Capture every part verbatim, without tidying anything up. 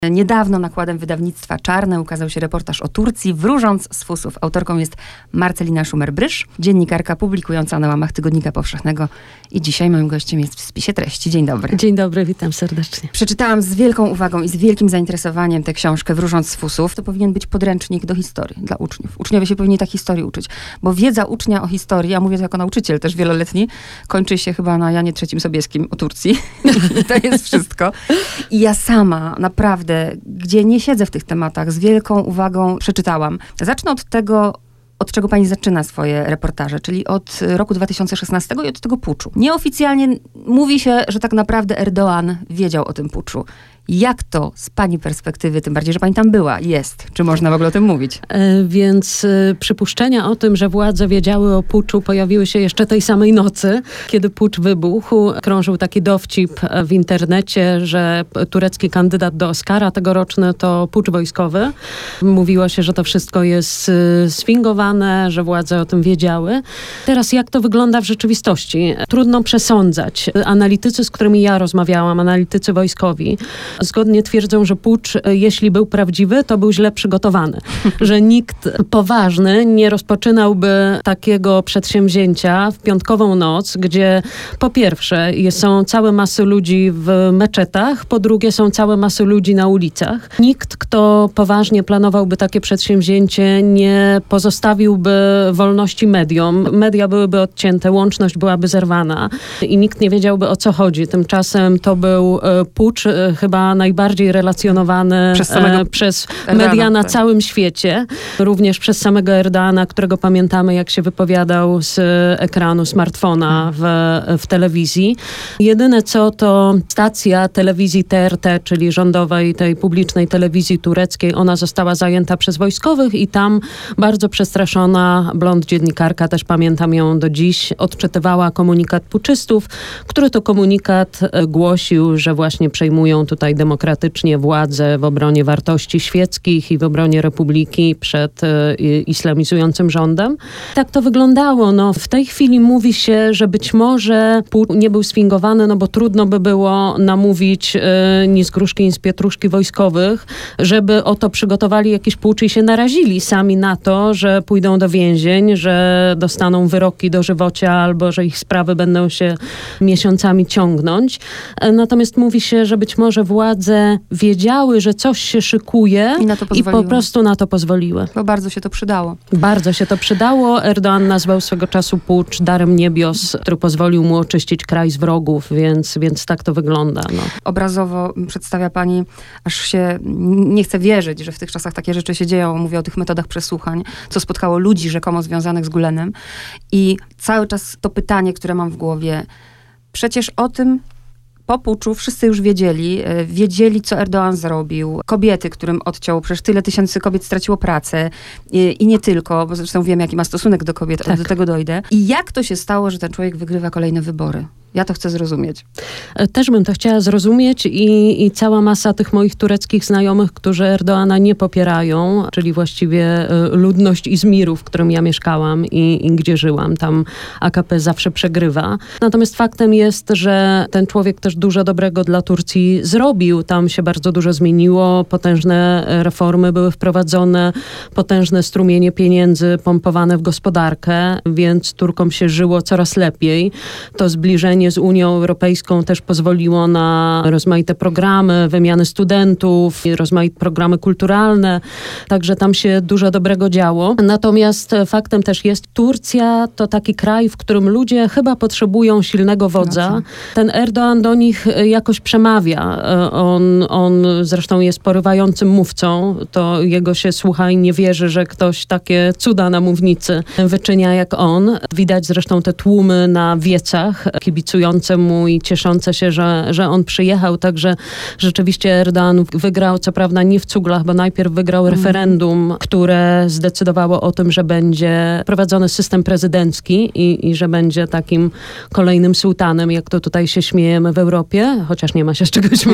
Niedawno nakładem wydawnictwa Czarne ukazał się reportaż o Turcji Wróżąc z fusów. Autorką jest Marcelina Szumer-Brysz, dziennikarka publikująca na łamach Tygodnika Powszechnego. I dzisiaj moim gościem jest w spisie treści. Dzień dobry. Dzień dobry, witam serdecznie. Przeczytałam z wielką uwagą i z wielkim zainteresowaniem tę książkę Wróżąc z fusów. To powinien być podręcznik do historii dla uczniów. Uczniowie się powinni tak historii uczyć, bo wiedza ucznia o historii, a mówię to jako nauczyciel też wieloletni, kończy się chyba na Janie trzecim Sobieskim o Turcji. I to jest wszystko. I ja sama naprawdę gdzie nie siedzę w tych tematach, z wielką uwagą przeczytałam. Zacznę od tego, od czego pani zaczyna swoje reportaże, czyli od roku dwa tysiące szesnastego i od tego puczu. Nieoficjalnie mówi się, że tak naprawdę Erdoğan wiedział o tym puczu. Jak to z pani perspektywy, tym bardziej, że pani tam była, jest? Czy można w ogóle o tym mówić? E, więc e, przypuszczenia o tym, że władze wiedziały o puczu, pojawiły się jeszcze tej samej nocy, kiedy pucz wybuchł. Krążył taki dowcip w internecie, że turecki kandydat do Oscara tegoroczny to pucz wojskowy. Mówiło się, że to wszystko jest e, sfingowane, że władze o tym wiedziały. Teraz jak to wygląda w rzeczywistości? Trudno przesądzać. Analitycy, z którymi ja rozmawiałam, analitycy wojskowi, zgodnie twierdzą, że pucz, jeśli był prawdziwy, to był źle przygotowany. Że nikt poważny nie rozpoczynałby takiego przedsięwzięcia w piątkową noc, gdzie po pierwsze są całe masy ludzi w meczetach, po drugie są całe masy ludzi na ulicach. Nikt, kto poważnie planowałby takie przedsięwzięcie, nie pozostawiłby wolności mediom. Media byłyby odcięte, łączność byłaby zerwana i nikt nie wiedziałby, o co chodzi. Tymczasem to był pucz, chyba najbardziej relacjonowany przez, e, przez media na tak. całym świecie. Również przez samego Erdoğana, którego pamiętamy, jak się wypowiadał z ekranu smartfona w, w telewizji. Jedyne co, to stacja telewizji T R T, czyli rządowej, tej publicznej telewizji tureckiej, ona została zajęta przez wojskowych i tam bardzo przestraszona blond dziennikarka, też pamiętam ją do dziś, odczytywała komunikat puczystów, który to komunikat głosił, że właśnie przejmują tutaj demokratycznie władzę w obronie wartości świeckich i w obronie republiki przed e, islamizującym rządem. Tak to wyglądało. No, w tej chwili mówi się, że być może pucz nie był sfingowany, no bo trudno by było namówić e, ni z gruszki, ni z pietruszki wojskowych, żeby o to przygotowali jakiś pucz i się narazili sami na to, że pójdą do więzień, że dostaną wyroki dożywocia albo że ich sprawy będą się miesiącami ciągnąć. E, natomiast mówi się, że być może władze wiedziały, że coś się szykuje i, na to i po prostu na to pozwoliły. Bo bardzo się to przydało. Bardzo się to przydało. Erdoğan nazwał swego czasu pucz darem niebios, który pozwolił mu oczyścić kraj z wrogów, więc, więc tak to wygląda. No. Obrazowo przedstawia pani, aż się nie chce wierzyć, że w tych czasach takie rzeczy się dzieją. Mówię o tych metodach przesłuchań, co spotkało ludzi rzekomo związanych z Gulenem. I cały czas to pytanie, które mam w głowie, przecież o tym po puczu wszyscy już wiedzieli, wiedzieli, co Erdoğan zrobił. Kobiety, którym odciął, przecież tyle tysięcy kobiet straciło pracę i, i nie tylko, bo zresztą wiem, jaki ma stosunek do kobiet, tak. Do tego dojdę. I jak to się stało, że ten człowiek wygrywa kolejne wybory? Ja to chcę zrozumieć. Też bym to chciała zrozumieć i, i cała masa tych moich tureckich znajomych, którzy Erdoğana nie popierają, czyli właściwie ludność Izmiru, w którym ja mieszkałam i, i gdzie żyłam. Tam A K P zawsze przegrywa. Natomiast faktem jest, że ten człowiek też dużo dobrego dla Turcji zrobił. Tam się bardzo dużo zmieniło. Potężne reformy były wprowadzone, potężne strumienie pieniędzy pompowane w gospodarkę, więc Turkom się żyło coraz lepiej. To zbliżenie z Unią Europejską też pozwoliło na rozmaite programy, wymiany studentów, rozmaite programy kulturalne, także tam się dużo dobrego działo. Natomiast faktem też jest, Turcja to taki kraj, w którym ludzie chyba potrzebują silnego wodza. Ten Erdoğan do nich jakoś przemawia. On, on zresztą jest porywającym mówcą, to jego się słucha i nie wierzy, że ktoś takie cuda na mównicy wyczynia jak on. Widać zresztą te tłumy na wiecach, kibicujące mu i cieszące się, że, że on przyjechał. Także rzeczywiście Erdoğan wygrał, co prawda nie w cuglach, bo najpierw wygrał mm. referendum, które zdecydowało o tym, że będzie prowadzony system prezydencki i, i że będzie takim kolejnym sułtanem, jak to tutaj się śmiejemy w Europie, chociaż nie ma się z czego śmiać.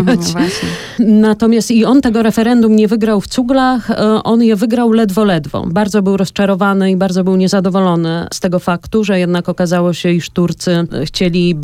Mm, Natomiast i on tego referendum nie wygrał w cuglach, on je wygrał ledwo, ledwo. Bardzo był rozczarowany i bardzo był niezadowolony z tego faktu, że jednak okazało się, iż Turcy chcieliby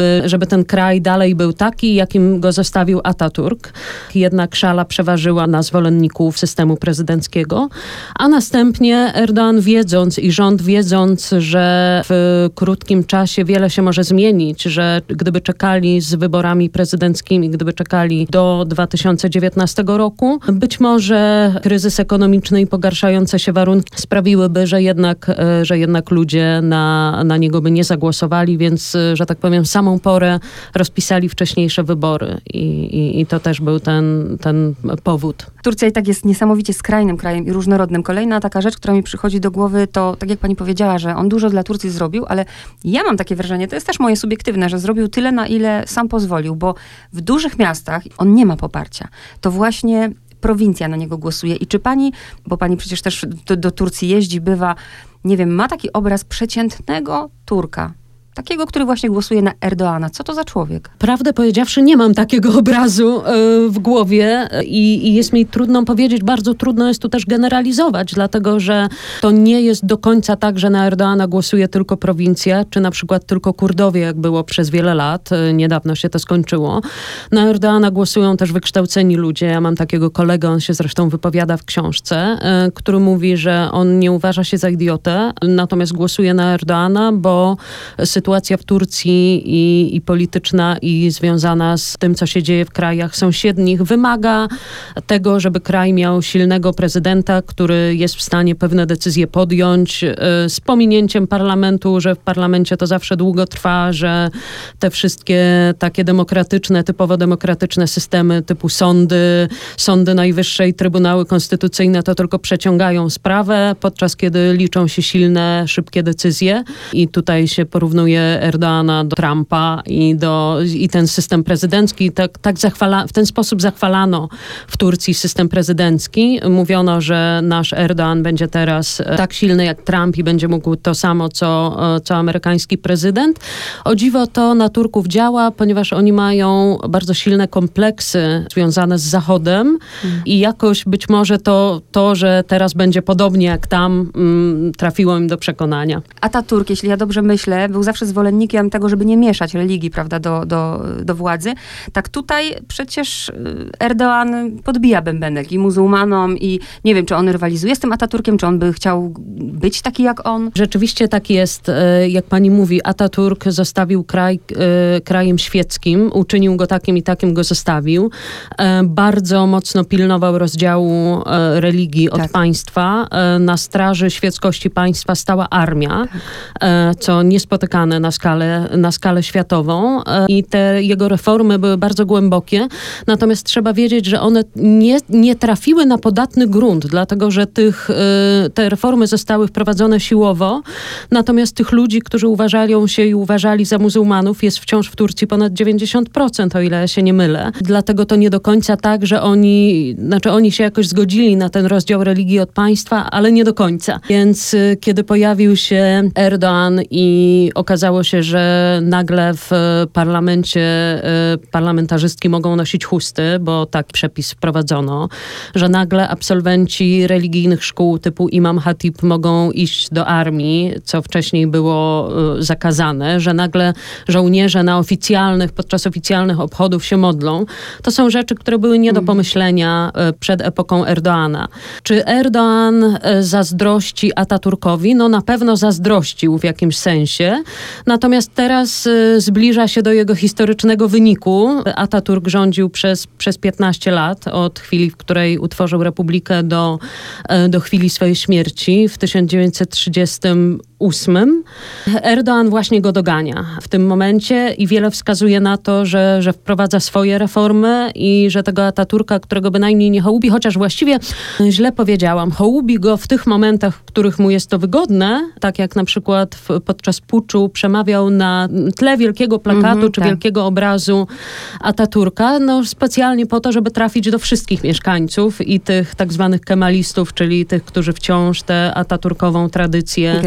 żeby, żeby ten kraj dalej był taki, jakim go zostawił Ataturk. Jednak szala przeważyła na zwolenników systemu prezydenckiego, a następnie Erdoğan wiedząc i rząd wiedząc, że w krótkim czasie wiele się może zmienić, że gdyby czekali z wyborami prezydenckimi, gdyby czekali do dwa tysiące dziewiętnastego roku, być może kryzys ekonomiczny i pogarszające się warunki sprawiłyby, że jednak, że jednak ludzie na, na niego by nie zagłosowali, więc, że tak powiem, samą porę rozpisali wcześniejsze wybory i, i, i to też był ten, ten powód. Turcja i tak jest niesamowicie skrajnym krajem i różnorodnym. Kolejna taka rzecz, która mi przychodzi do głowy, to tak jak pani powiedziała, że on dużo dla Turcji zrobił, ale ja mam takie wrażenie, to jest też moje subiektywne, że zrobił tyle, na ile sam pozwolił, bo w dużych miastach on nie ma poparcia. To właśnie prowincja na niego głosuje. I czy pani, bo pani przecież też do, do Turcji jeździ, bywa, nie wiem, ma taki obraz przeciętnego Turka, takiego, który właśnie głosuje na Erdoğana. Co to za człowiek? Prawdę powiedziawszy, nie mam takiego obrazu y, w głowie i, i jest mi trudno powiedzieć, bardzo trudno jest tu też generalizować, dlatego, że to nie jest do końca tak, że na Erdoğana głosuje tylko prowincja, czy na przykład tylko Kurdowie, jak było przez wiele lat. Y, niedawno się to skończyło. Na Erdoğana głosują też wykształceni ludzie. Ja mam takiego kolegę, on się zresztą wypowiada w książce, y, który mówi, że on nie uważa się za idiotę, natomiast głosuje na Erdoğana, bo sytuacja w Turcji i, i polityczna i związana z tym, co się dzieje w krajach sąsiednich, wymaga tego, żeby kraj miał silnego prezydenta, który jest w stanie pewne decyzje podjąć y, z pominięciem parlamentu, że w parlamencie to zawsze długo trwa, że te wszystkie takie demokratyczne, typowo demokratyczne systemy typu sądy, sądy najwyższe i trybunały konstytucyjne to tylko przeciągają sprawę, podczas kiedy liczą się silne, szybkie decyzje i tutaj się porównuje Erdoğana do Trumpa i, do, i ten system prezydencki. Tak, tak zachwala, w ten sposób zachwalano w Turcji system prezydencki. Mówiono, że nasz Erdoğan będzie teraz tak silny jak Trump i będzie mógł to samo, co, co amerykański prezydent. O dziwo to na Turków działa, ponieważ oni mają bardzo silne kompleksy związane z Zachodem hmm. i jakoś być może to, to, że teraz będzie podobnie jak tam, mm, trafiło im do przekonania. Ataturk, jeśli ja dobrze myślę, był zawsze zwolennikiem tego, żeby nie mieszać religii, prawda, do, do, do władzy. Tak tutaj przecież Erdoğan podbija bębenek i muzułmanom i nie wiem, czy on rywalizuje z tym Ataturkiem, czy on by chciał być taki jak on. Rzeczywiście tak jest. Jak pani mówi, Ataturk zostawił kraj krajem świeckim, uczynił go takim i takim go zostawił. Bardzo mocno pilnował rozdziału religii od tak. państwa. Na straży świeckości państwa stała armia, tak. co niespotykane na skalę, na skalę światową i te jego reformy były bardzo głębokie. Natomiast trzeba wiedzieć, że one nie, nie trafiły na podatny grunt, dlatego że tych, te reformy zostały wprowadzone siłowo. Natomiast tych ludzi, którzy uważają się i uważali za muzułmanów, jest wciąż w Turcji ponad dziewięćdziesiąt procent, o ile ja się nie mylę. Dlatego to nie do końca tak, że oni, znaczy oni się jakoś zgodzili na ten rozdział religii od państwa, ale nie do końca. Więc kiedy pojawił się Erdoğan i okazało się, że nagle w parlamencie parlamentarzystki mogą nosić chusty, bo tak przepis wprowadzono, że nagle absolwenci religijnych szkół typu Imam Hatib mogą iść do armii, co wcześniej było zakazane, że nagle żołnierze na oficjalnych, podczas oficjalnych obchodów się modlą. To są rzeczy, które były nie do pomyślenia przed epoką Erdoğana. Czy Erdoğan zazdrości Ataturkowi? No na pewno zazdrościł w jakimś sensie. Natomiast teraz y, zbliża się do jego historycznego wyniku. Ataturk rządził przez, przez piętnaście lat, od chwili, w której utworzył republikę do, y, do chwili swojej śmierci w tysiąc dziewięćset trzydziestym ósmym. Erdoğan właśnie go dogania w tym momencie i wiele wskazuje na to, że, że wprowadza swoje reformy i że tego Ataturka, którego bynajmniej nie hołubi, chociaż właściwie źle powiedziałam, hołubi go w tych momentach, w których mu jest to wygodne, tak jak na przykład w, podczas puczu przemawiał na tle wielkiego plakatu mm-hmm, czy tak. wielkiego obrazu Ataturka, no specjalnie po to, żeby trafić do wszystkich mieszkańców i tych tak zwanych kemalistów, czyli tych, którzy wciąż tę ataturkową tradycję grać na tym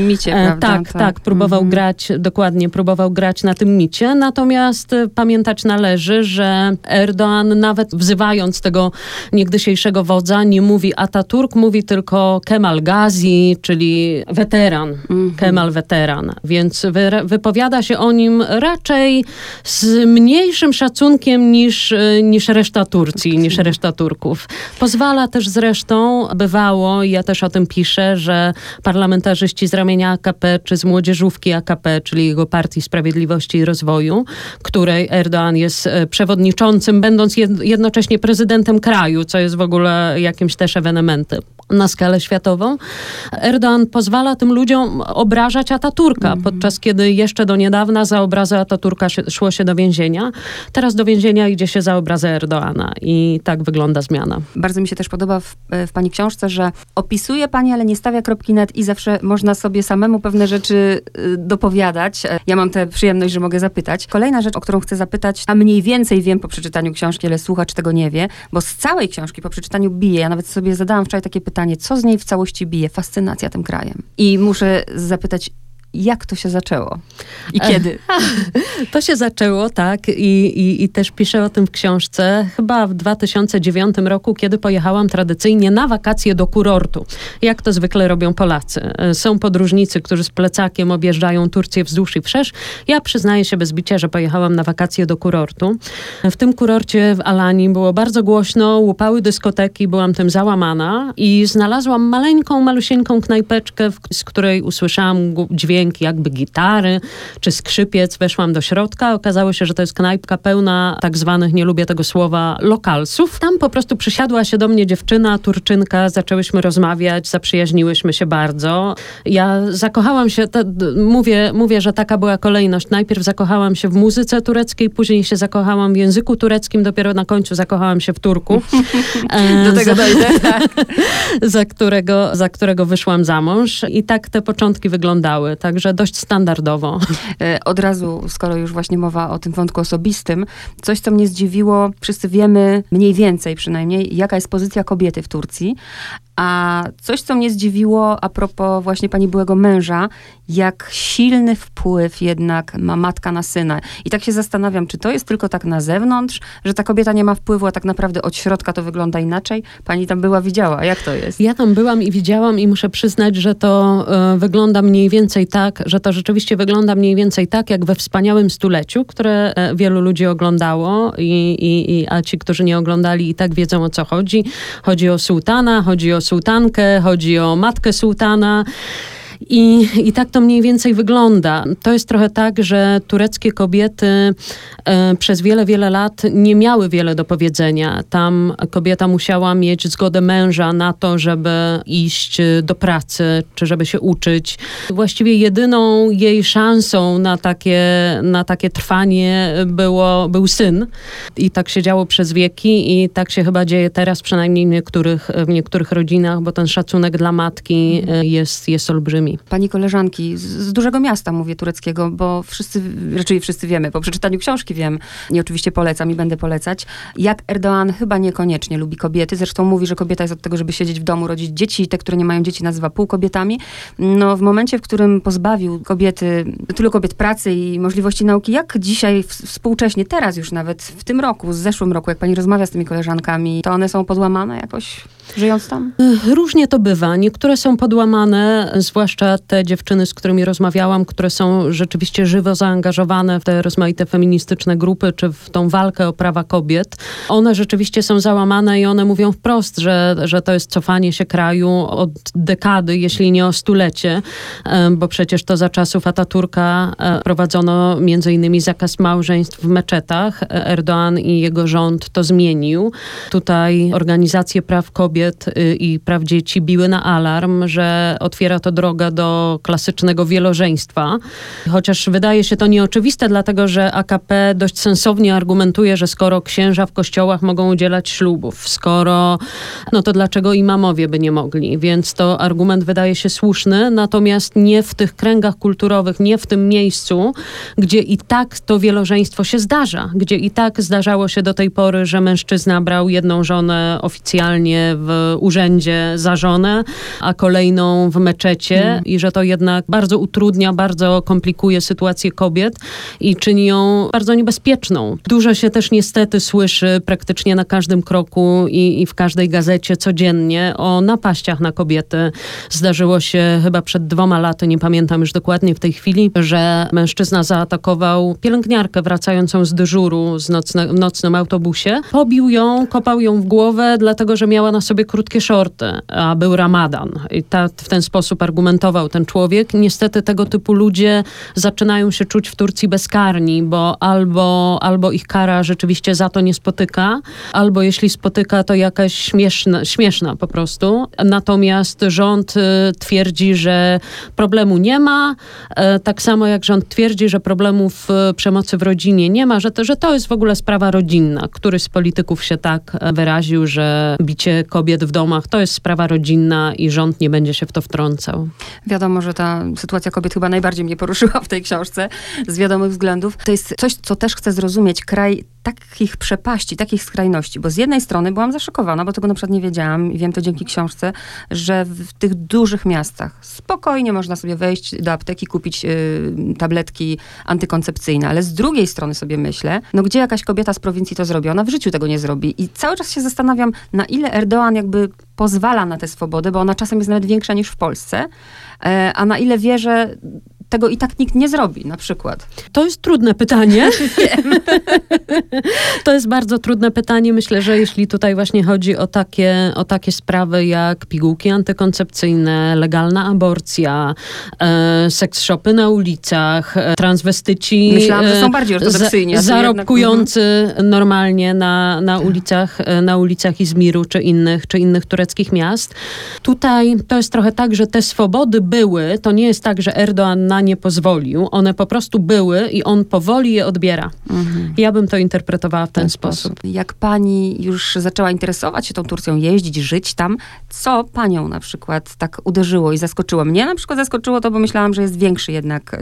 tym micie, e, prawda? Tak, tak, tak, próbował mhm. grać, dokładnie, próbował grać na tym micie. Natomiast e, pamiętać należy, że Erdoğan nawet wzywając tego niegdysiejszego wodza nie mówi Atatürk, mówi tylko Kemal Gazi, czyli weteran, mhm. Kemal weteran. Więc wy, wypowiada się o nim raczej z mniejszym szacunkiem niż, niż reszta Turcji, okay. niż reszta Turków. Pozwala też zresztą, bywało, i ja też o tym piszę, że parlamentarzyści z ramienia A K P, czy z młodzieżówki A K P, czyli jego Partii Sprawiedliwości i Rozwoju, której Erdoğan jest przewodniczącym, będąc jednocześnie prezydentem kraju, co jest w ogóle jakimś też ewenementem na skalę światową. Erdoğan pozwala tym ludziom obrażać Atatürka, mm. podczas kiedy jeszcze do niedawna za obrazy Atatürka się, szło się do więzienia. Teraz do więzienia idzie się za obrazy Erdoğana i tak wygląda zmiana. Bardzo mi się też podoba w, w pani książce, że opisuje pani, ale nie stawia kropki net i zawsze można sobie samemu pewne rzeczy y, dopowiadać. Ja mam tę przyjemność, że mogę zapytać. Kolejna rzecz, o którą chcę zapytać, a mniej więcej wiem po przeczytaniu książki, ale słuchacz tego nie wie, bo z całej książki po przeczytaniu bije. Ja nawet sobie zadałam wczoraj takie pytanie, pytanie, co z niej w całości bije? Fascynacja tym krajem. I muszę zapytać, jak to się zaczęło? I kiedy? To się zaczęło, tak. I, i, I też piszę o tym w książce. Chyba w dwa tysiące dziewiątym roku, kiedy pojechałam tradycyjnie na wakacje do kurortu. Jak to zwykle robią Polacy. Są podróżnicy, którzy z plecakiem objeżdżają Turcję wzdłuż i wszerz. Ja przyznaję się bez bicia, że pojechałam na wakacje do kurortu. W tym kurorcie w Alanii było bardzo głośno, łupały dyskoteki, byłam tym załamana i znalazłam maleńką, malusieńką knajpeczkę, z której usłyszałam dźwięk jakby gitary czy skrzypiec. Weszłam do środka. Okazało się, że to jest knajpka pełna tak zwanych, nie lubię tego słowa, lokalsów. Tam po prostu przysiadła się do mnie dziewczyna, Turczynka. Zaczęłyśmy rozmawiać, zaprzyjaźniłyśmy się bardzo. Ja zakochałam się, te, mówię, mówię, że taka była kolejność. Najpierw zakochałam się w muzyce tureckiej, później się zakochałam w języku tureckim, dopiero na końcu zakochałam się w Turku. Do tego dojdę, tak. za, którego, za którego wyszłam za mąż. I tak te początki wyglądały. Tak Także dość standardowo. Od razu, skoro już właśnie mowa o tym wątku osobistym, coś, co mnie zdziwiło, wszyscy wiemy mniej więcej przynajmniej, jaka jest pozycja kobiety w Turcji, a coś, co mnie zdziwiło a propos właśnie pani byłego męża, jak silny wpływ jednak ma matka na syna. I tak się zastanawiam, czy to jest tylko tak na zewnątrz, że ta kobieta nie ma wpływu, a tak naprawdę od środka to wygląda inaczej? Pani tam była, widziała. Jak to jest? Ja tam byłam i widziałam i muszę przyznać, że to y, wygląda mniej więcej tak, że to rzeczywiście wygląda mniej więcej tak, jak we Wspaniałym Stuleciu, które y, wielu ludzi oglądało, i, i, i, a ci, którzy nie oglądali, i tak wiedzą, o co chodzi. Chodzi o sułtana, chodzi o sułtankę, chodzi o matkę sułtana. I, I tak to mniej więcej wygląda. To jest trochę tak, że tureckie kobiety e, przez wiele, wiele lat nie miały wiele do powiedzenia. Tam kobieta musiała mieć zgodę męża na to, żeby iść do pracy, czy żeby się uczyć. Właściwie jedyną jej szansą na takie, na takie trwanie było, był syn. I tak się działo przez wieki i tak się chyba dzieje teraz, przynajmniej w niektórych, w niektórych rodzinach, bo ten szacunek dla matki jest, jest olbrzymi. Pani koleżanki z, z dużego miasta, mówię, tureckiego, bo wszyscy, raczej wszyscy wiemy, po przeczytaniu książki wiem i oczywiście polecam i będę polecać, jak Erdoğan chyba niekoniecznie lubi kobiety. Zresztą mówi, że kobieta jest od tego, żeby siedzieć w domu, rodzić dzieci. Te, które nie mają dzieci, nazywa półkobietami. No w momencie, w którym pozbawił kobiety, tylu kobiet pracy i możliwości nauki, jak dzisiaj współcześnie, teraz już nawet w tym roku, w zeszłym roku, jak pani rozmawia z tymi koleżankami, to one są podłamane jakoś, żyjąc tam? Różnie to bywa. Niektóre są podłamane, zwłaszcza te dziewczyny, z którymi rozmawiałam, które są rzeczywiście żywo zaangażowane w te rozmaite feministyczne grupy, czy w tą walkę o prawa kobiet. One rzeczywiście są załamane i one mówią wprost, że, że to jest cofanie się kraju od dekady, jeśli nie o stulecie, bo przecież to za czasów Atatürka prowadzono między innymi zakaz małżeństw w meczetach. Erdoğan i jego rząd to zmienił. Tutaj organizacje praw kobiet i praw dzieci biły na alarm, że otwiera to drogę do klasycznego wielożeństwa. Chociaż wydaje się to nieoczywiste, dlatego że A K P dość sensownie argumentuje, że skoro księża w kościołach mogą udzielać ślubów, skoro, no to dlaczego imamowie by nie mogli? Więc to argument wydaje się słuszny, natomiast nie w tych kręgach kulturowych, nie w tym miejscu, gdzie i tak to wielożeństwo się zdarza, gdzie i tak zdarzało się do tej pory, że mężczyzna brał jedną żonę oficjalnie w, w urzędzie za żonę, a kolejną w meczecie mm. i że to jednak bardzo utrudnia, bardzo komplikuje sytuację kobiet i czyni ją bardzo niebezpieczną. Dużo się też niestety słyszy praktycznie na każdym kroku i, i w każdej gazecie codziennie o napaściach na kobiety. Zdarzyło się chyba przed dwoma laty, nie pamiętam już dokładnie w tej chwili, że mężczyzna zaatakował pielęgniarkę wracającą z dyżuru z nocne, w nocnym autobusie. Pobił ją, kopał ją w głowę, dlatego że miała na sobie krótkie shorty, a był ramadan. I ta, w ten sposób argumentował ten człowiek. Niestety tego typu ludzie zaczynają się czuć w Turcji bezkarni, bo albo, albo ich kara rzeczywiście za to nie spotyka, albo jeśli spotyka, to jakaś śmieszna, śmieszna po prostu. Natomiast rząd y, twierdzi, że problemu nie ma, y, tak samo jak rząd twierdzi, że problemów y, przemocy w rodzinie nie ma, że to, że to jest w ogóle sprawa rodzinna. Któryś z polityków się tak wyraził, że bicie kobiet w domach to jest sprawa rodzinna i rząd nie będzie się w to wtrącał. Wiadomo, że ta sytuacja kobiet chyba najbardziej mnie poruszyła w tej książce z wiadomych względów. To jest coś, co też chcę zrozumieć. Kraj takich przepaści, takich skrajności, bo z jednej strony byłam zaszokowana, bo tego na przykład nie wiedziałam i wiem to dzięki książce, że w tych dużych miastach spokojnie można sobie wejść do apteki, kupić y, tabletki antykoncepcyjne, ale z drugiej strony sobie myślę, no gdzie jakaś kobieta z prowincji to zrobi? Ona w życiu tego nie zrobi i cały czas się zastanawiam, na ile Erdoğan jakby pozwala na tę swobodę, bo ona czasem jest nawet większa niż w Polsce, e, a na ile wie, że tego i tak nikt nie zrobi, na przykład. To jest trudne pytanie. To jest bardzo trudne pytanie. Myślę, że jeśli tutaj właśnie chodzi o takie, o takie sprawy jak pigułki antykoncepcyjne, legalna aborcja, e, seks shopy na ulicach, e, transwestyci... Myślałam, że są bardziej ortodoksyjni. Za, zarobkujący jednak, normalnie na, na, ulicach, na ulicach Izmiru czy innych, czy innych tureckich miast. Tutaj to jest trochę tak, że te swobody były. To nie jest tak, że Erdoğan na nie pozwolił. One po prostu były i on powoli je odbiera. Mhm. Ja bym to interpretowała w ten, ten sposób. sposób. Jak pani już zaczęła interesować się tą Turcją, jeździć, żyć tam, co panią na przykład tak uderzyło i zaskoczyło? Mnie na przykład zaskoczyło to, bo myślałam, że jest większy jednak,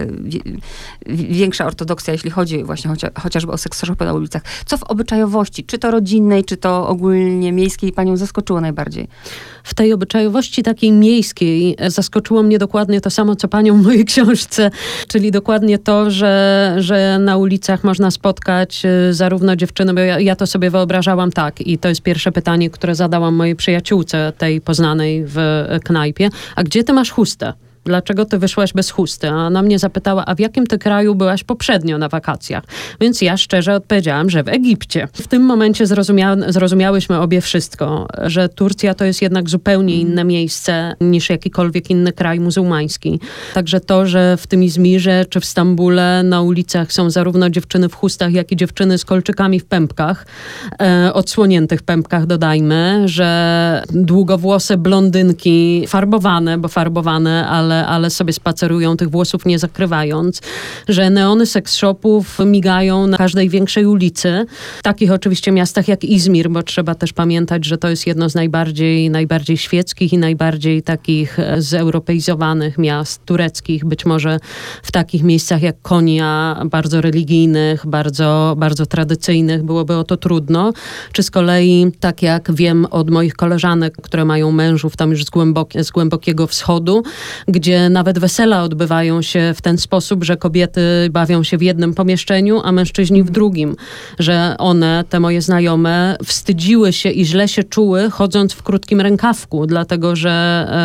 większa ortodoksja, jeśli chodzi właśnie chocia, chociażby o seks shopy na ulicach. Co w obyczajowości, czy to rodzinnej, czy to ogólnie miejskiej, panią zaskoczyło najbardziej? W tej obyczajowości takiej miejskiej zaskoczyło mnie dokładnie to samo, co panią w mojej książce, czyli dokładnie to, że, że na ulicach można spotkać zarówno dziewczyny, bo ja, ja to sobie wyobrażałam tak i to jest pierwsze pytanie, które zadałam mojej przyjaciółce, tej poznanej w knajpie. A gdzie ty masz chustę? Dlaczego ty wyszłaś bez chusty? A ona mnie zapytała, a w jakim ty kraju byłaś poprzednio na wakacjach? Więc ja szczerze odpowiedziałam, że w Egipcie. W tym momencie zrozumia, zrozumiałyśmy obie wszystko, że Turcja to jest jednak zupełnie inne miejsce niż jakikolwiek inny kraj muzułmański. Także to, że w tym Izmirze czy w Stambule na ulicach są zarówno dziewczyny w chustach, jak i dziewczyny z kolczykami w pępkach, e, odsłoniętych pępkach dodajmy, że długowłose blondynki, farbowane, bo farbowane, ale Ale, ale sobie spacerują, tych włosów nie zakrywając, że neony seks shopów migają na każdej większej ulicy. W takich oczywiście miastach jak Izmir, bo trzeba też pamiętać, że to jest jedno z najbardziej, najbardziej świeckich i najbardziej takich zeuropeizowanych miast tureckich. Być może w takich miejscach jak Konya, bardzo religijnych, bardzo, bardzo tradycyjnych, byłoby o to trudno. Czy z kolei, tak jak wiem od moich koleżanek, które mają mężów tam już z, głębokie, z głębokiego wschodu, gdzie nawet wesela odbywają się w ten sposób, że kobiety bawią się w jednym pomieszczeniu, a mężczyźni w drugim. Że one, te moje znajome, wstydziły się i źle się czuły, chodząc w krótkim rękawku, dlatego że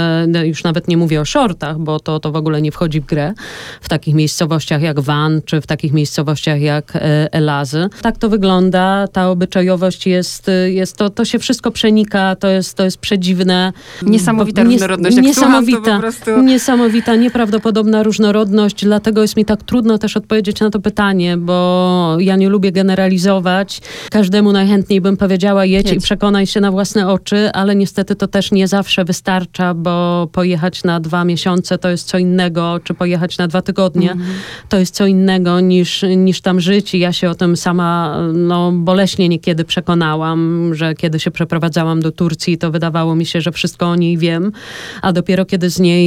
e, już nawet nie mówię o shortach, bo to, to w ogóle nie wchodzi w grę w takich miejscowościach jak Van, czy w takich miejscowościach jak e, Elazy. Tak to wygląda, ta obyczajowość jest, jest to, to się wszystko przenika, to jest, to jest przedziwne. Niesamowita bo, różnorodność, jak niesamowita, słucham, to po prostu... Niesamowita, nieprawdopodobna różnorodność, dlatego jest mi tak trudno też odpowiedzieć na to pytanie, bo ja nie lubię generalizować. Każdemu najchętniej bym powiedziała jedź, jedź. i przekonaj się na własne oczy, ale niestety to też nie zawsze wystarcza, bo pojechać na dwa miesiące to jest co innego, czy pojechać na dwa tygodnie mm. to jest co innego niż, niż tam żyć i ja się o tym sama no, boleśnie niekiedy przekonałam, że kiedy się przeprowadzałam do Turcji, to wydawało mi się, że wszystko o niej wiem, a dopiero kiedy z niej wyjeżdżałam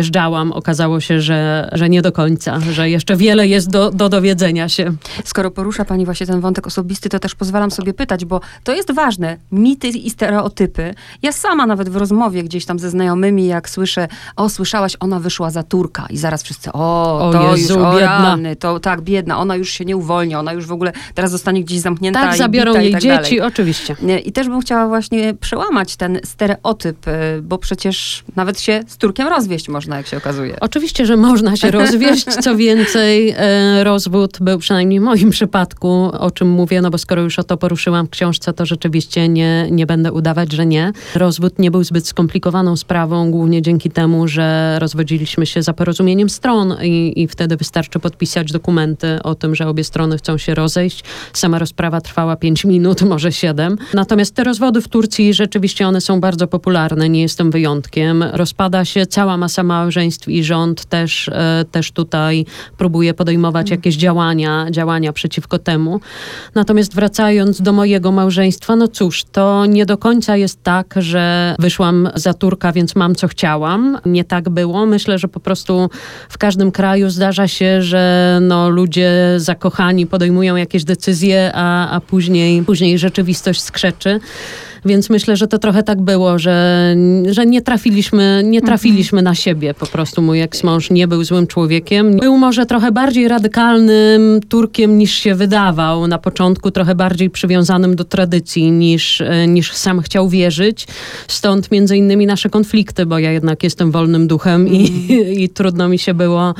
wyjeżdżałam, okazało się, że, że nie do końca, że jeszcze wiele jest do, do dowiedzenia się. Skoro porusza pani właśnie ten wątek osobisty, to też pozwalam sobie pytać, bo to jest ważne. Mity i stereotypy. Ja sama nawet w rozmowie gdzieś tam ze znajomymi, jak słyszę, o, słyszałaś, ona wyszła za Turka i zaraz wszyscy, o, o to Jezu, już, o biedna. rany, to tak, biedna, ona już się nie uwolni, ona już w ogóle teraz zostanie gdzieś zamknięta tak, i zabiorą bita jej i tak dzieci, dalej. oczywiście. I też bym chciała właśnie przełamać ten stereotyp, bo przecież nawet się z Turkiem rozwieść można, jak się okazuje. Oczywiście, że można się rozwieść. Co więcej, e, rozwód był przynajmniej w moim przypadku, o czym mówię, no bo skoro już o to poruszyłam w książce, to rzeczywiście nie, nie będę udawać, że nie. Rozwód nie był zbyt skomplikowaną sprawą, głównie dzięki temu, że rozwodziliśmy się za porozumieniem stron i, i wtedy wystarczy podpisać dokumenty o tym, że obie strony chcą się rozejść. Sama rozprawa trwała pięć minut, może siedem. Natomiast te rozwody w Turcji rzeczywiście one są bardzo popularne, nie jestem wyjątkiem. Rozpada się cała masa małżeństw i rząd też, e, też tutaj próbuje podejmować mm. jakieś działania, działania przeciwko temu. Natomiast wracając do mojego małżeństwa, no cóż, to nie do końca jest tak, że wyszłam za Turka, więc mam co chciałam. Nie tak było. Myślę, że po prostu w każdym kraju zdarza się, że no, ludzie zakochani podejmują jakieś decyzje, a, a później, później rzeczywistość skrzeczy. Więc myślę, że to trochę tak było, że, że nie trafiliśmy, nie trafiliśmy na siebie. Po prostu mój eks-mąż nie był złym człowiekiem. Był może trochę bardziej radykalnym Turkiem niż się wydawał. Na początku trochę bardziej przywiązanym do tradycji niż, niż sam chciał wierzyć. Stąd między innymi nasze konflikty, bo ja jednak jestem wolnym duchem i, i trudno mi się było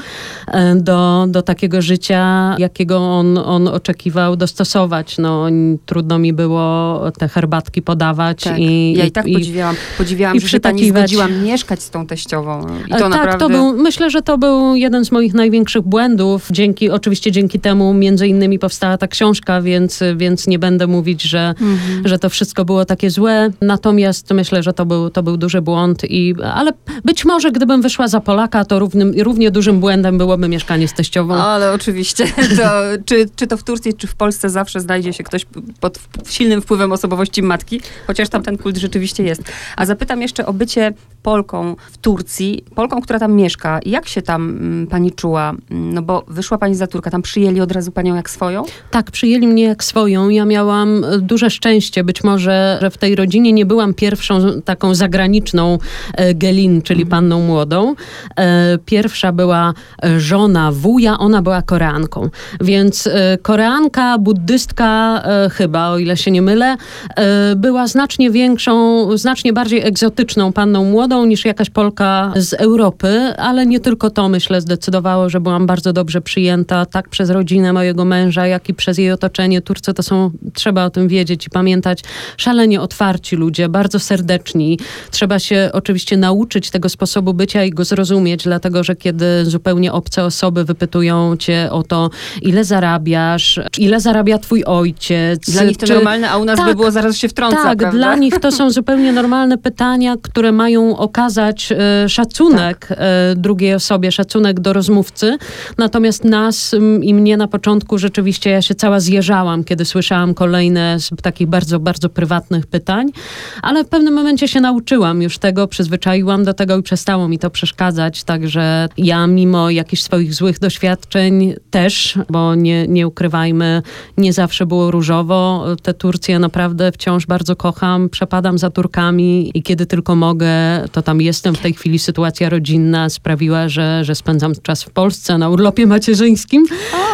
do, do takiego życia, jakiego on, on oczekiwał, dostosować. No, trudno mi było te herbatki podawać. Tak. I, ja i tak i, podziwiałam, podziwiałam i że się pani zgodziła mieszkać z tą teściową. I to tak, naprawdę... to był, myślę, że to był jeden z moich największych błędów. Dzięki, oczywiście dzięki temu między innymi powstała ta książka, więc, więc nie będę mówić, że, mhm. że to wszystko było takie złe. Natomiast myślę, że to był, to był duży błąd. I, ale być może gdybym wyszła za Polaka, to równym, równie dużym błędem byłoby mieszkanie z teściową. Ale oczywiście. To, czy, czy to w Turcji, czy w Polsce zawsze znajdzie się ktoś pod silnym wpływem osobowości matki. Chociaż tam ten kult rzeczywiście jest. A zapytam jeszcze o bycie Polką w Turcji, Polką, która tam mieszka. Jak się tam m, pani czuła? No bo wyszła pani za Turka, tam przyjęli od razu panią jak swoją? Tak, przyjęli mnie jak swoją. Ja miałam duże szczęście. Być może, że w tej rodzinie nie byłam pierwszą taką zagraniczną e, Gelin, czyli mhm. panną młodą. E, pierwsza była żona wuja, ona była Koreanką. Więc e, Koreanka, buddystka e, chyba, o ile się nie mylę, e, była znacznie większą, znacznie bardziej egzotyczną panną młodą niż jakaś Polka z Europy, ale nie tylko to, myślę, zdecydowało, że byłam bardzo dobrze przyjęta tak przez rodzinę mojego męża, jak i przez jej otoczenie. Turcy to są, trzeba o tym wiedzieć i pamiętać, szalenie otwarci ludzie, bardzo serdeczni. Trzeba się oczywiście nauczyć tego sposobu bycia i go zrozumieć, dlatego, że kiedy zupełnie obce osoby wypytują cię o to, ile zarabiasz, ile zarabia twój ojciec. Dla nich to czy... normalne, a u nas tak, by było zaraz się wtrąca, Tak, prawda? dla nich to są zupełnie normalne pytania, które mają okazać e, szacunek tak. e, drugiej osobie, szacunek do rozmówcy. Natomiast nas m, i mnie na początku rzeczywiście ja się cała zjeżałam, kiedy słyszałam kolejne z takich bardzo, bardzo prywatnych pytań, ale w pewnym momencie się nauczyłam już tego, przyzwyczaiłam do tego i przestało mi to przeszkadzać, także ja mimo jakichś swoich złych doświadczeń też, bo nie, nie ukrywajmy, nie zawsze było różowo. Te Turcje naprawdę wciąż bardzo kocham, przepadam za Turkami i kiedy tylko mogę, to tam jestem. W tej chwili sytuacja rodzinna sprawiła, że, że spędzam czas w Polsce na urlopie macierzyńskim.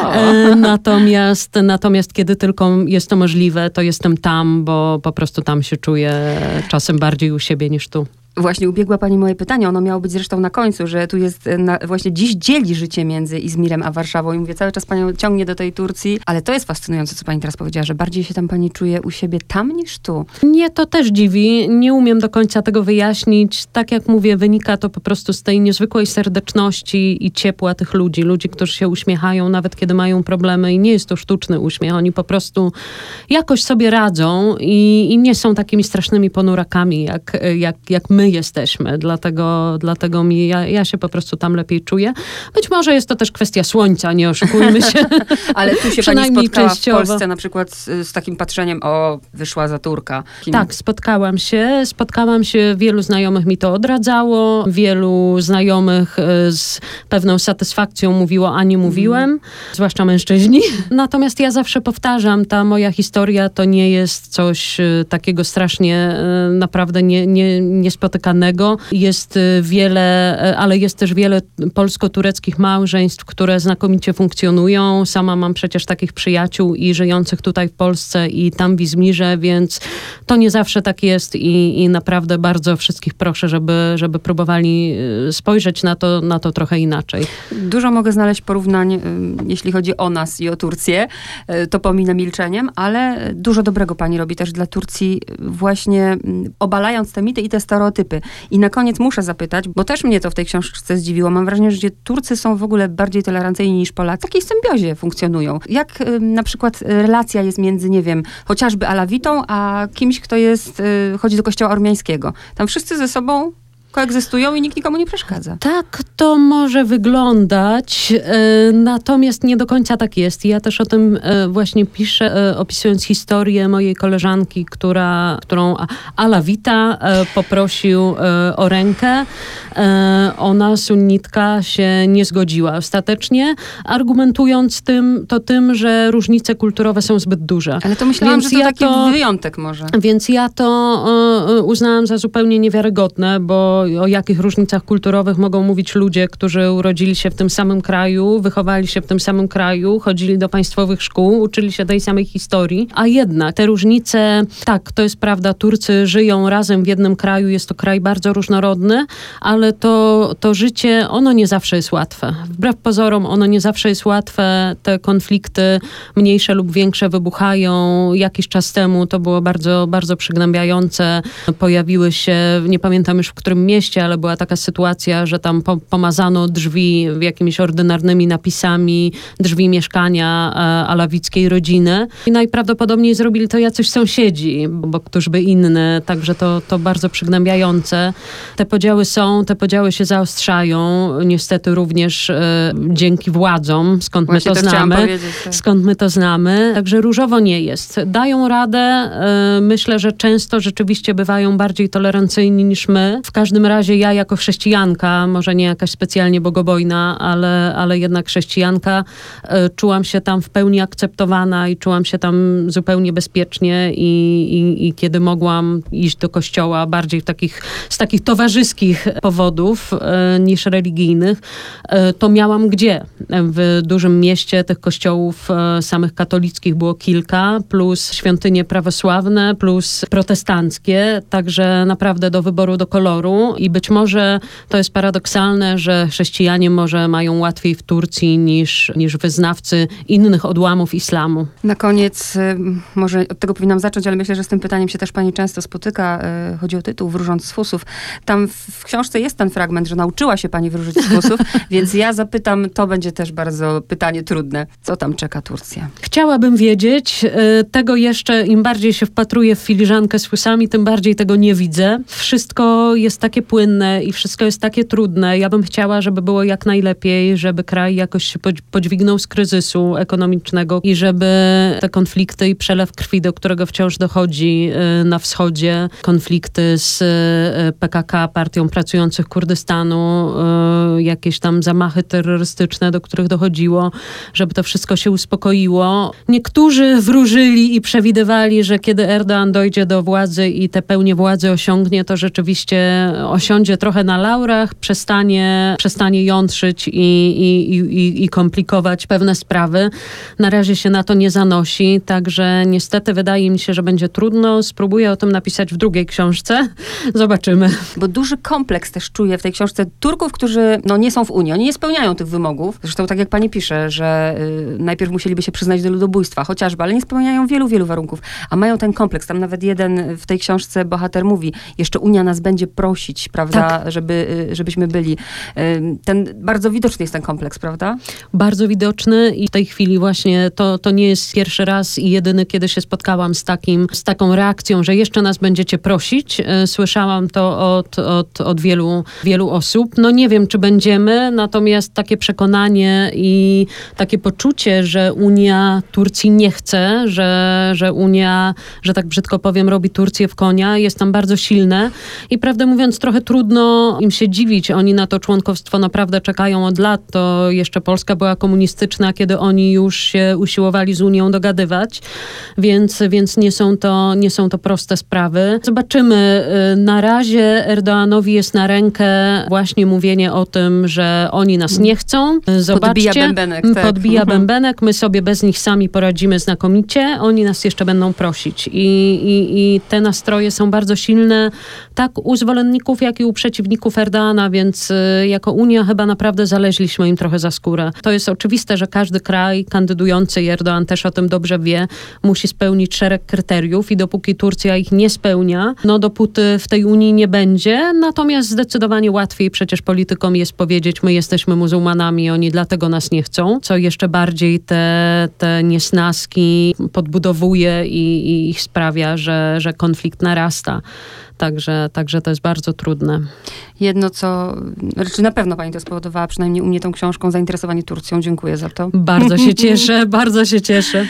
E, natomiast, natomiast kiedy tylko jest to możliwe, to jestem tam, bo po prostu tam się czuję czasem bardziej u siebie niż tu. Właśnie ubiegła pani moje pytanie, ono miało być zresztą na końcu, że tu jest, na, właśnie dziś dzieli życie między Izmirem a Warszawą i mówię, cały czas panią ciągnie do tej Turcji, ale to jest fascynujące, co pani teraz powiedziała, że bardziej się tam pani czuje u siebie tam niż tu. Nie, to też dziwi, nie umiem do końca tego wyjaśnić. Tak jak mówię, wynika to po prostu z tej niezwykłej serdeczności i ciepła tych ludzi, ludzi, którzy się uśmiechają nawet kiedy mają problemy i nie jest to sztuczny uśmiech, oni po prostu jakoś sobie radzą i, i nie są takimi strasznymi ponurakami, jak, jak, jak my my jesteśmy. Dlatego, dlatego mi, ja, ja się po prostu tam lepiej czuję. Być może jest to też kwestia słońca, nie oszukujmy się. Ale tu się pani spotkała częściowo w Polsce na przykład z, z takim patrzeniem, o, wyszła za Turka. Kim? Tak, spotkałam się. Spotkałam się, wielu znajomych mi to odradzało, wielu znajomych z pewną satysfakcją mówiło, a nie mówiłem, mm. zwłaszcza mężczyźni. Natomiast ja zawsze powtarzam, ta moja historia to nie jest coś takiego strasznie naprawdę nie, nie, niespotykanego. Jest wiele, ale jest też wiele polsko-tureckich małżeństw, które znakomicie funkcjonują. Sama mam przecież takich przyjaciół i żyjących tutaj w Polsce i tam w Izmirze, więc to nie zawsze tak jest i, i naprawdę bardzo wszystkich proszę, żeby, żeby próbowali spojrzeć na to, na to trochę inaczej. Dużo mogę znaleźć porównań, jeśli chodzi o nas i o Turcję. To pominę milczeniem, ale dużo dobrego pani robi też dla Turcji, właśnie obalając te mity i te stereotypy. I na koniec muszę zapytać, bo też mnie to w tej książce zdziwiło. Mam wrażenie, że Turcy są w ogóle bardziej tolerancyjni niż Polacy. W takiej symbiozie funkcjonują. Jak na przykład relacja jest między, nie wiem, chociażby alawitą, a kimś, kto jest, chodzi do kościoła ormiańskiego. Tam wszyscy ze sobą koegzystują i nikt nikomu nie przeszkadza. Tak to może wyglądać, e, natomiast nie do końca tak jest. Ja też o tym e, właśnie piszę, e, opisując historię mojej koleżanki, która, którą alawita e, poprosił e, o rękę. E, ona, sunnitka, się nie zgodziła ostatecznie, argumentując tym, to tym, że różnice kulturowe są zbyt duże. Ale to myślałam, więc że to ja taki to, wyjątek może. Więc ja to e, uznałam za zupełnie niewiarygodne, bo o jakich różnicach kulturowych mogą mówić ludzie, którzy urodzili się w tym samym kraju, wychowali się w tym samym kraju, chodzili do państwowych szkół, uczyli się tej samej historii, a jednak te różnice, tak, to jest prawda, Turcy żyją razem w jednym kraju, jest to kraj bardzo różnorodny, ale to, to życie, ono nie zawsze jest łatwe. Wbrew pozorom, ono nie zawsze jest łatwe, te konflikty mniejsze lub większe wybuchają. Jakiś czas temu to było bardzo, bardzo przygnębiające. Pojawiły się, nie pamiętam już w którym mieście, ale była taka sytuacja, że tam po, pomazano drzwi jakimiś ordynarnymi napisami, drzwi mieszkania e, alawickiej rodziny. I najprawdopodobniej zrobili to jacyś sąsiedzi, bo, bo któż by inny, także to, to bardzo przygnębiające. Te podziały są, te podziały się zaostrzają, niestety również e, dzięki władzom, skąd Właśnie my to, to znamy. Tak. Skąd my to znamy. Także różowo nie jest. Dają radę. E, myślę, że często rzeczywiście bywają bardziej tolerancyjni niż my. W każdym razie ja jako chrześcijanka, może nie jakaś specjalnie bogobojna, ale, ale jednak chrześcijanka, e, czułam się tam w pełni akceptowana i czułam się tam zupełnie bezpiecznie i, i, i kiedy mogłam iść do kościoła bardziej w takich, z takich towarzyskich powodów e, niż religijnych, e, to miałam gdzie. W dużym mieście tych kościołów e, samych katolickich było kilka, plus świątynie prawosławne, plus protestanckie, także naprawdę do wyboru, do koloru. I być może to jest paradoksalne, że chrześcijanie może mają łatwiej w Turcji niż, niż wyznawcy innych odłamów islamu. Na koniec, może od tego powinnam zacząć, ale myślę, że z tym pytaniem się też pani często spotyka. Chodzi o tytuł Wróżąc z fusów. Tam w książce jest ten fragment, że nauczyła się pani wróżyć z fusów, więc ja zapytam, to będzie też bardzo pytanie trudne. Co tam czeka Turcja? Chciałabym wiedzieć. Tego jeszcze, im bardziej się wpatruję w filiżankę z fusami, tym bardziej tego nie widzę. Wszystko jest takie płynne i wszystko jest takie trudne. Ja bym chciała, żeby było jak najlepiej, żeby kraj jakoś się podźwignął z kryzysu ekonomicznego i żeby te konflikty i przelew krwi, do którego wciąż dochodzi na wschodzie, konflikty z P K K, Partią Pracujących Kurdystanu, jakieś tam zamachy terrorystyczne, do których dochodziło, żeby to wszystko się uspokoiło. Niektórzy wróżyli i przewidywali, że kiedy Erdoğan dojdzie do władzy i tę pełnię władzy osiągnie, to rzeczywiście osiądzie trochę na laurach, przestanie, przestanie jątrzyć i, i, i, i komplikować pewne sprawy. Na razie się na to nie zanosi, także niestety wydaje mi się, że będzie trudno. Spróbuję o tym napisać w drugiej książce. Zobaczymy. Bo duży kompleks też czuję w tej książce Turków, którzy no, nie są w Unii. Oni nie spełniają tych wymogów. Zresztą tak jak pani pisze, że y, najpierw musieliby się przyznać do ludobójstwa, chociażby, ale nie spełniają wielu, wielu warunków. A mają ten kompleks. Tam nawet jeden w tej książce bohater mówi, jeszcze Unia nas będzie prosić, zmusić, prawda, Tak. żeby, żebyśmy byli. Ten, bardzo widoczny jest ten kompleks, prawda? Bardzo widoczny i w tej chwili właśnie to, to nie jest pierwszy raz i jedyny, kiedy się spotkałam z takim, z taką reakcją, że jeszcze nas będziecie prosić. Słyszałam to od, od, od wielu, wielu osób. No nie wiem, czy będziemy, natomiast takie przekonanie i takie poczucie, że Unia Turcji nie chce, że, że Unia, że tak brzydko powiem, robi Turcję w konia, jest tam bardzo silne i prawdę mówiąc trochę trudno im się dziwić. Oni na to członkostwo naprawdę czekają od lat. To jeszcze Polska była komunistyczna, kiedy oni już się usiłowali z Unią dogadywać, więc, więc nie są to, nie są to proste sprawy. Zobaczymy. Na razie Erdoğanowi jest na rękę właśnie mówienie o tym, że oni nas nie chcą. Zobaczcie. Podbija bębenek. Tak. Podbija bębenek. My sobie bez nich sami poradzimy znakomicie. Oni nas jeszcze będą prosić. I, i, i te nastroje są bardzo silne, tak u zwolenników, jak i u przeciwników Erdoğana, więc y, jako Unia chyba naprawdę zaleźliśmy im trochę za skórę. To jest oczywiste, że każdy kraj kandydujący, i Erdoğan też o tym dobrze wie, musi spełnić szereg kryteriów i dopóki Turcja ich nie spełnia, no dopóty w tej Unii nie będzie. Natomiast zdecydowanie łatwiej przecież politykom jest powiedzieć, my jesteśmy muzułmanami, oni dlatego nas nie chcą, co jeszcze bardziej te, te niesnaski podbudowuje i, i ich sprawia, że, że konflikt narasta. Także, także to jest bardzo trudne. Jedno, co... Znaczy na pewno pani to spowodowała, przynajmniej u mnie tą książką, zainteresowanie Turcją. Dziękuję za to. Bardzo się cieszę, bardzo się cieszę.